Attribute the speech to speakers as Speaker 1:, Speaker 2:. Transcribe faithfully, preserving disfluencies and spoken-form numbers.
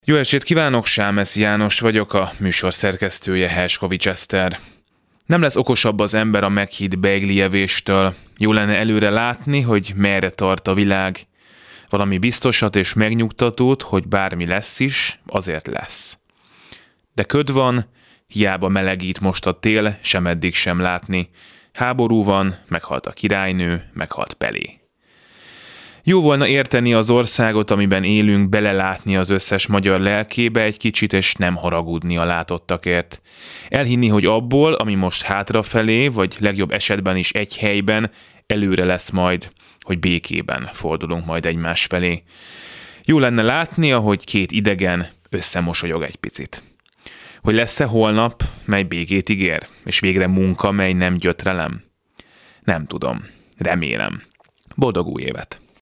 Speaker 1: Jó estét kívánok, Sámeszi János vagyok, a műsor szerkesztője Herskovics Eszter. Nem lesz okosabb az ember a meghitt beigli-evéstől. Jó lenne előre látni, hogy merre tart a világ. Valami biztosat és megnyugtatót, hogy bármi lesz is, azért lesz. De köd van, hiába melegít most a tél, sem eddig sem látni. Háború van, meghalt a királynő, meghalt Pelé. Jó volna érteni az országot, amiben élünk, belelátni az összes magyar lelkébe egy kicsit, és nem haragudni a látottakért. Elhinni, hogy abból, ami most hátrafelé, vagy legjobb esetben is egy helyben, előre lesz majd, hogy békében fordulunk majd egymás felé. Jó lenne látni, ahogy két idegen összemosolyog egy picit. Hogy lesz-e holnap, mely békét ígér, és végre munka, mely nem gyötrelem? Nem tudom. Remélem. Boldog új évet!